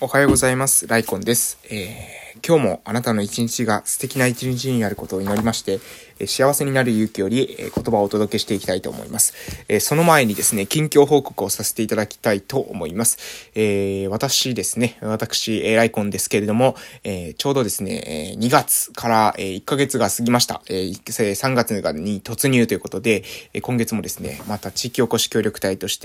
おはようございます。ライコンです。今日もあなたの一日が素敵な一日になることを祈りまして、幸せになる勇気より、言葉をお届けしていきたいと思います。その前にですね、近況報告をさせていただきたいと思います。私、ライコンですけれども、ちょうどですね、2月から1ヶ月が過ぎました。3月に突入ということで、今月もですね、また地域おこし協力隊として、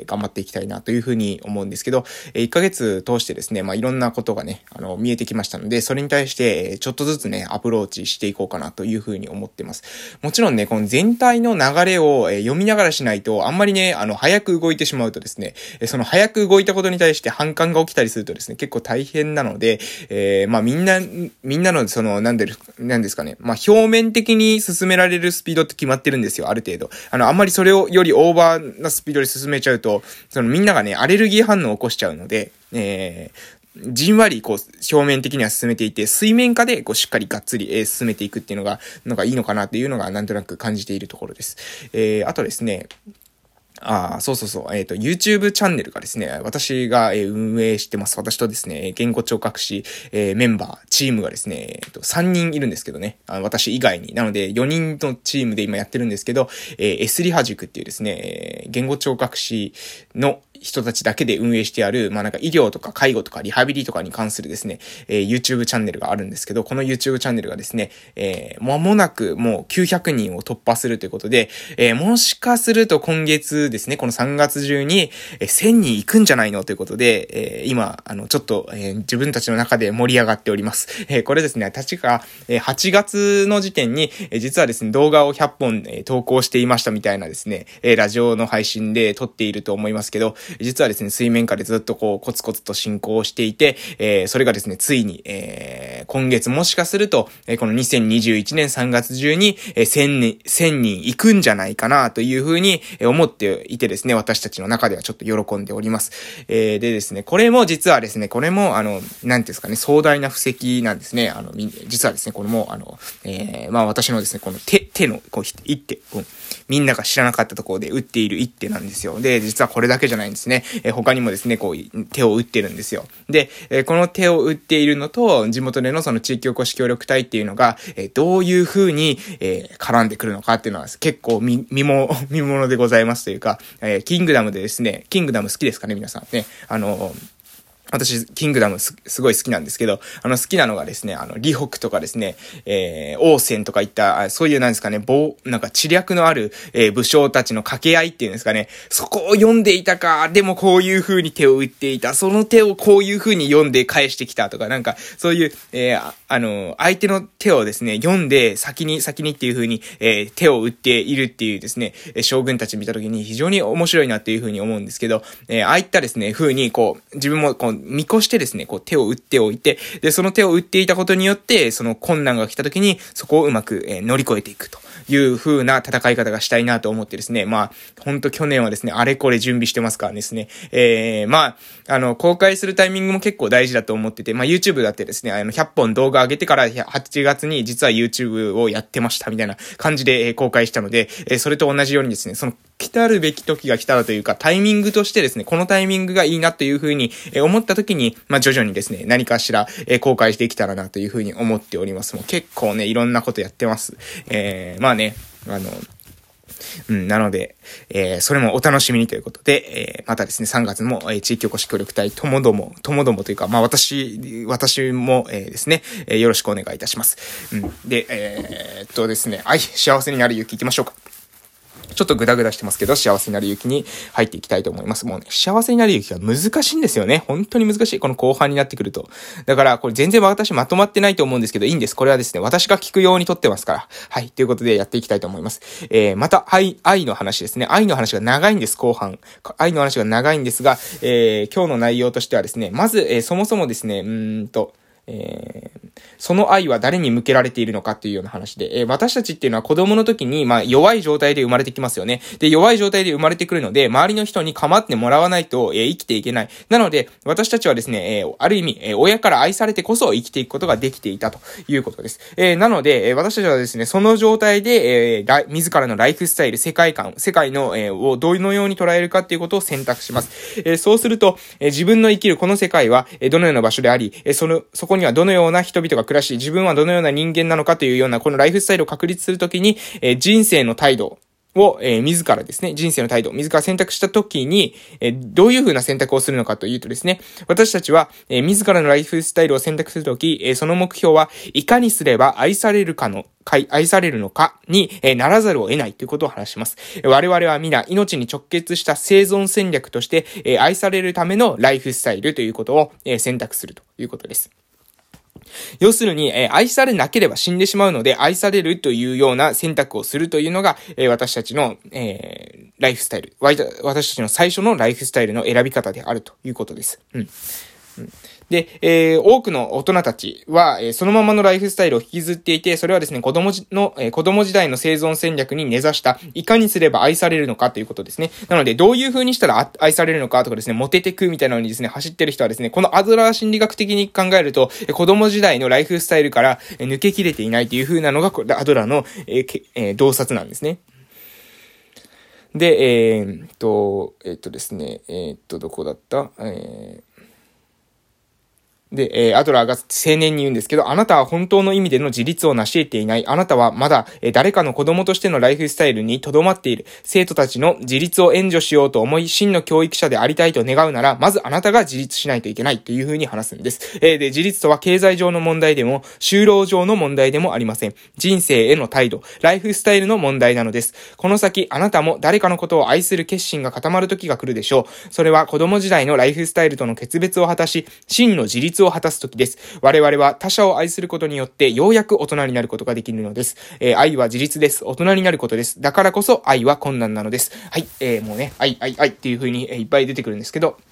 頑張っていきたいなというふうに思うんですけど、1ヶ月通してですね、いろんなことがね、見えてきましたので、それに対して、ちょっとずつね、アプローチしていこうかなというふうに思ってます。もちろんね、この全体の流れを、読みながらしないと、あんまりね、早く動いてしまうとですね、その早く動いたことに対して反感が起きたりするとですね、結構大変なので、みんなのその、なんですかね、表面的に進められるスピードって決まってるんですよ、ある程度。あんまりそれをよりオーバーなスピードで進めちゃうと、みんながね、アレルギー反応を起こしちゃうので、じんわり表面的には進めていて、水面下でしっかりがっつり、進めていくっていうのがいいのかなっていうのがなんとなく感じているところです。あとですね、YouTube チャンネルがですね、私が運営してます。私とですね、言語聴覚士、メンバー、チームがですね、3人いるんですけどね、私以外に。なので、4人のチームで今やってるんですけど、S リハ塾っていうですね、言語聴覚士の人たちだけで運営してある、医療とか介護とかリハビリとかに関するですね、YouTube チャンネルがあるんですけど、この YouTube チャンネルがですね、間もなくもう900人を突破するということで、もしかすると今月ですね、この3月中に、1000人行くんじゃないのということで、今、ちょっと、自分たちの中で盛り上がっております。これですね、確か、8月の時点に、実はですね、動画を100本、投稿していましたみたいなですね、ラジオの配信で撮っていると思いますけど、実はですね、水面下でずっとコツコツと進行していて、それがですね、ついに、今月もしかすると、この2021年3月中に、1000人行くんじゃないかなというふうに思っていてですね、私たちの中ではちょっと喜んでおります。でですね、これも実はですね、これもなんていうんですかね、壮大な布石なんですね。実はですね、これも私のですね、この手の一手、みんなが知らなかったところで打っている一手なんですよ。で、実はこれだけじゃないんですね。他にもですね、手を打ってるんですよ。で、この手を打っているのと、地元でのその地域おこし協力隊っていうのが、どういう風に、絡んでくるのかっていうのは結構見ものでございますというか、キングダムでですね、キングダム好きですかね、皆さんね。私、キングダムすごい好きなんですけど、好きなのがですね、李北とかですね、王翦とかいった、そういうなんですかね、知略のある、武将たちの掛け合いっていうんですかね、そこを読んでいたか、でもこういう風に手を打っていた、その手をこういう風に読んで返してきたとか、そういう、相手の手をですね、読んで先にっていう風に、手を打っているっていうですね、将軍たち見たときに非常に面白いなっていう風に思うんですけど、ああいったですね、風に自分も見越してですね、手を打っておいて、で、その手を打っていたことによって、その困難が来た時に、そこをうまく、乗り越えていくという風な戦い方がしたいなと思ってですね、ほんと去年はですね、あれこれ準備してますからですね、公開するタイミングも結構大事だと思ってて、YouTube だってですね、100本動画上げてから8月に実は YouTube をやってましたみたいな感じで、公開したので、それと同じようにですね、その来たるべき時が来たらというか、タイミングとしてですね、このタイミングがいいなという風に思った時に、徐々にですね、何かしら公開していけたらなという風に思っております。もう結構ね、いろんなことやってます。なので、それもお楽しみにということで、またですね、3月も、地域おこし協力隊ともどもというか、私も、ですね、よろしくお願いいたします。で、ですね、幸せになる勇気行きましょうか。ちょっとグダグダしてますけど、幸せになる勇気に入っていきたいと思います。もうね、幸せになる勇気が難しいんですよね。本当に難しい。この後半になってくると。だから、これ全然私まとまってないと思うんですけど、いいんです。これはですね、私が聞くように撮ってますから。はい。ということでやっていきたいと思います。また、愛の話ですね。愛の話が長いんです、後半。愛の話が長いんですが、今日の内容としてはですね、まず、そもそもですね、 その愛は誰に向けられているのかっていうような話で、私たちっていうのは子供の時に、弱い状態で生まれてきますよね。で、弱い状態で生まれてくるので、周りの人に構ってもらわないと、生きていけない。なので、私たちはですね、ある意味、親から愛されてこそ生きていくことができていたということです。なので、私たちはですね、その状態で、自らのライフスタイル、世界観、世界の、をどのように捉えるかっていうことを選択します。そうすると、自分の生きるこの世界は、どのような場所であり、そこにはどのような人々が暮らし、自分はどのような人間なのかというような、このライフスタイルを確立するときに、人生の態度を、自らですね、人生の態度、自ら選択したときに、どういう風な選択をするのかというとですね、私たちは、自らのライフスタイルを選択するとき、その目標はいかにすれば愛されるのかに、ならざるを得ないということを話します。我々は皆、命に直結した生存戦略として、愛されるためのライフスタイルということを、選択するということです。要するに、愛されなければ死んでしまうので、愛されるというような選択をするというのが、私たちの、ライフスタイル。私たちの最初のライフスタイルの選び方であるということです。で、多くの大人たちは、そのままのライフスタイルを引きずっていて、それはですね、子供時代の生存戦略に根ざした、いかにすれば愛されるのかということですね。なので、どういう風にしたら愛されるのかとかですね、モテてくみたいなのにですね、走ってる人はですね、このアドラー心理学的に考えると、子供時代のライフスタイルから抜けきれていないという風なのが、アドラーの、洞察なんですね。で、ですね、どこだったで、アドラーが青年に言うんですけど、あなたは本当の意味での自立を成し得ていない。あなたはまだ、誰かの子供としてのライフスタイルに留まっている。生徒たちの自立を援助しようと思い、真の教育者でありたいと願うなら、まずあなたが自立しないといけないというふうに話すんです。で、自立とは経済上の問題でも、就労上の問題でもありません。人生への態度、ライフスタイルの問題なのです。この先、あなたも誰かのことを愛する決心が固まる時が来るでしょう。それは子供時代のライフスタイルとの決別を果たし、真の自立を果たす時です。我々は他者を愛することによってようやく大人になることができるのです。愛は自立です。大人になることです。だからこそ愛は困難なのです。はい、もうね、愛っていう風にいっぱい出てくるんですけど、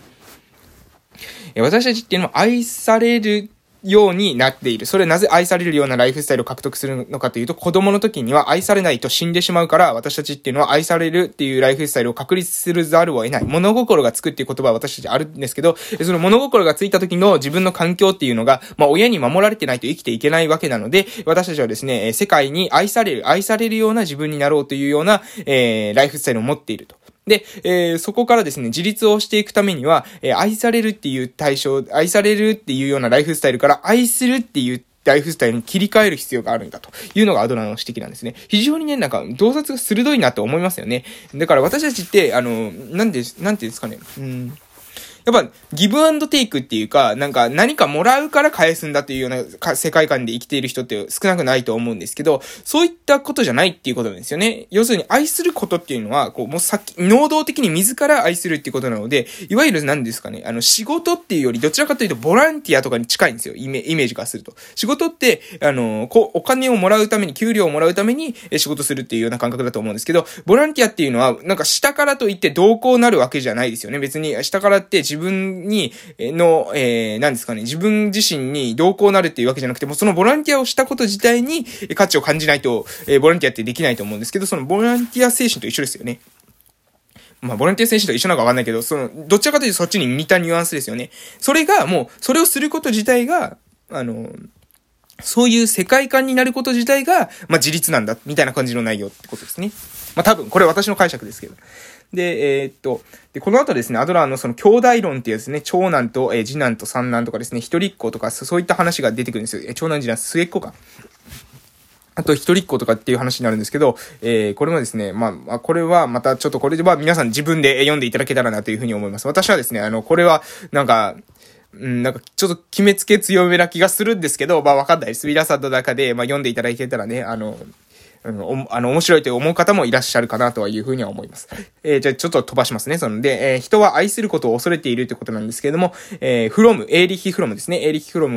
私たちっていうのは愛されるようになっている。それなぜ愛されるようなライフスタイルを獲得するのかというと、子供の時には愛されないと死んでしまうから、私たちっていうのは愛されるっていうライフスタイルを確立するざるを得ない。物心がつくっていう言葉は私たちあるんですけど、その物心がついた時の自分の環境っていうのが、親に守られてないと生きていけないわけなので、私たちはですね、世界に愛されるような自分になろうというような、ライフスタイルを持っていると。で、そこからですね、自立をしていくためには、愛されるっていう愛されるっていうようなライフスタイルから愛するっていうライフスタイルに切り替える必要があるんだというのがアドラーの指摘なんですね。非常にね、洞察が鋭いなと思いますよね。だから私たちって、なんていうんですかね。やっぱ、ギブアンドテイクっていうか、何かもらうから返すんだっていうような世界観で生きている人って少なくないと思うんですけど、そういったことじゃないっていうことなんですよね。要するに愛することっていうのは、もう能動的に自ら愛するっていうことなので、いわゆる何ですかね、仕事っていうよりどちらかというとボランティアとかに近いんですよ。イメージからすると。仕事って、お金をもらうために、給料をもらうために仕事するっていうような感覚だと思うんですけど、ボランティアっていうのは、下からといってどうこうなるわけじゃないですよね。別に、下からって自分に、何ですかね、自分自身にどうこうなるっていうわけじゃなくて、もうそのボランティアをしたこと自体に価値を感じないと、ボランティアってできないと思うんですけど、そのボランティア精神と一緒ですよね。ボランティア精神と一緒なのかわかんないけど、どちらかというとそっちに似たニュアンスですよね。それがもう、それをすること自体が、そういう世界観になること自体が、自立なんだ、みたいな感じの内容ってことですね。多分、これ私の解釈ですけど。で、この後ですね、アドラーのその兄弟論っていうですね、長男と、次男と三男とかですね、一人っ子とか、そういった話が出てくるんですよ。長男次男、末っ子か。あと一人っ子とかっていう話になるんですけど、これもですね、これはまたちょっとこれは皆さん自分で読んでいただけたらなというふうに思います。私はですね、これは、ちょっと決めつけ強めな気がするんですけど、わかんないです。皆さんの中で、読んでいただけたらね、面白いと思う方もいらっしゃるかなとはいうふうには思います。じゃあちょっと飛ばしますね。人は愛することを恐れているということなんですけれども、エーリヒ・フロムですね。エーリヒ・フロムは、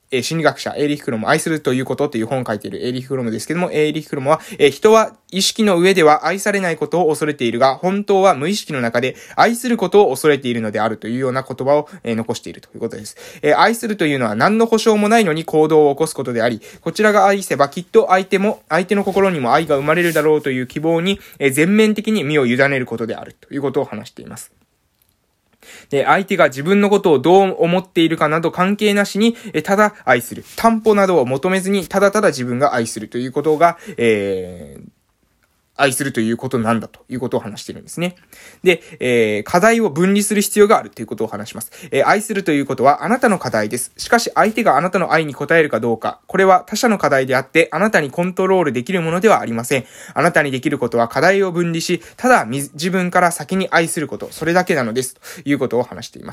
心理学者、エーリヒ・フロム、愛するということという本を書いているエーリヒ・フロムですけども、エーリヒ・フロムは、人は意識の上では愛されないことを恐れているが、本当は無意識の中で愛することを恐れているのであるというような言葉を、残しているということです。愛するというのは何の保証もないのに行動を起こすことであり、こちらが愛せばきっと相手の心にも愛が生まれるだろうという希望に、全面的に身を委ねることであるということを話しています。で、相手が自分のことをどう思っているかなど関係なしに、ただ愛する。担保などを求めずに、ただただ自分が愛するということが、愛するということなんだということを話しているんですね。で、課題を分離する必要があるということを話します。愛するということはあなたの課題です。しかし相手があなたの愛に応えるかどうか、これは他者の課題であって、あなたにコントロールできるものではありません。あなたにできることは課題を分離し、ただ自分から先に愛すること、それだけなのです。ということを話しています。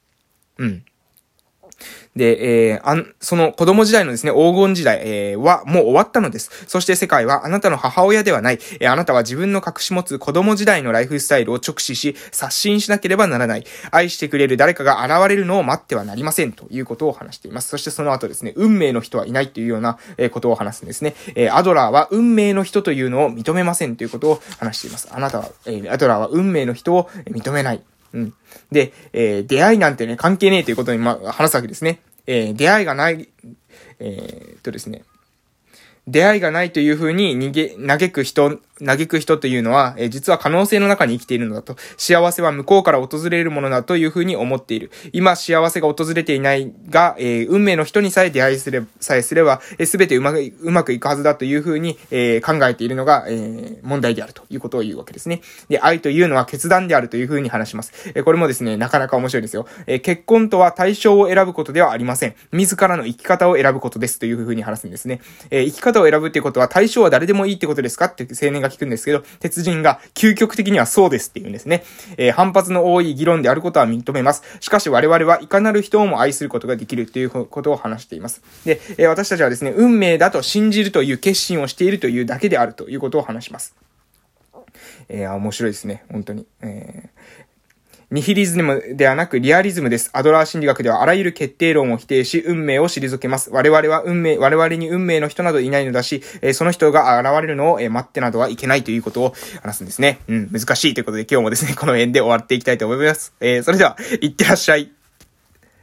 で、その子供時代のですね、黄金時代、はもう終わったのです。そして世界はあなたの母親ではない。あなたは自分の隠し持つ子供時代のライフスタイルを直視し、刷新しなければならない。愛してくれる誰かが現れるのを待ってはなりません。ということを話しています。そしてその後ですね、運命の人はいないというようなことを話すんですね。アドラーは運命の人というのを認めませんということを話しています。アドラーは運命の人を認めない。で、出会いなんてね、関係ねえということに話すわけですね。出会いがない、ですね。出会いがないというふうに嘆く人というのは、実は可能性の中に生きているのだと。幸せは向こうから訪れるものだというふうに思っている。今幸せが訪れていないが、運命の人にさえ出会いさえすれば、すべてうまくいくはずだというふうに、考えているのが、問題であるということを言うわけですね。で、愛というのは決断であるというふうに話します。これもですね、なかなか面白いですよ。結婚とは対象を選ぶことではありません。自らの生き方を選ぶことですというふうに話すんですね。生き方を選ぶっていうことは対象は誰でもいいってことですかって青年が聞くんですけど、鉄人が究極的にはそうですって言うんですね。反発の多い議論であることは認めます。しかし我々はいかなる人をも愛することができるということを話しています。で、私たちはですね、運命だと信じるという決心をしているというだけであるということを話します。面白いですね。本当に。ニヒリズムではなくリアリズムです。アドラー心理学ではあらゆる決定論を否定し、運命を退けます。我々に運命の人などいないのだし、その人が現れるのを待ってなどはいけないということを話すんですね。難しいということで今日もですね、この辺で終わっていきたいと思います。それでは、いってらっしゃい。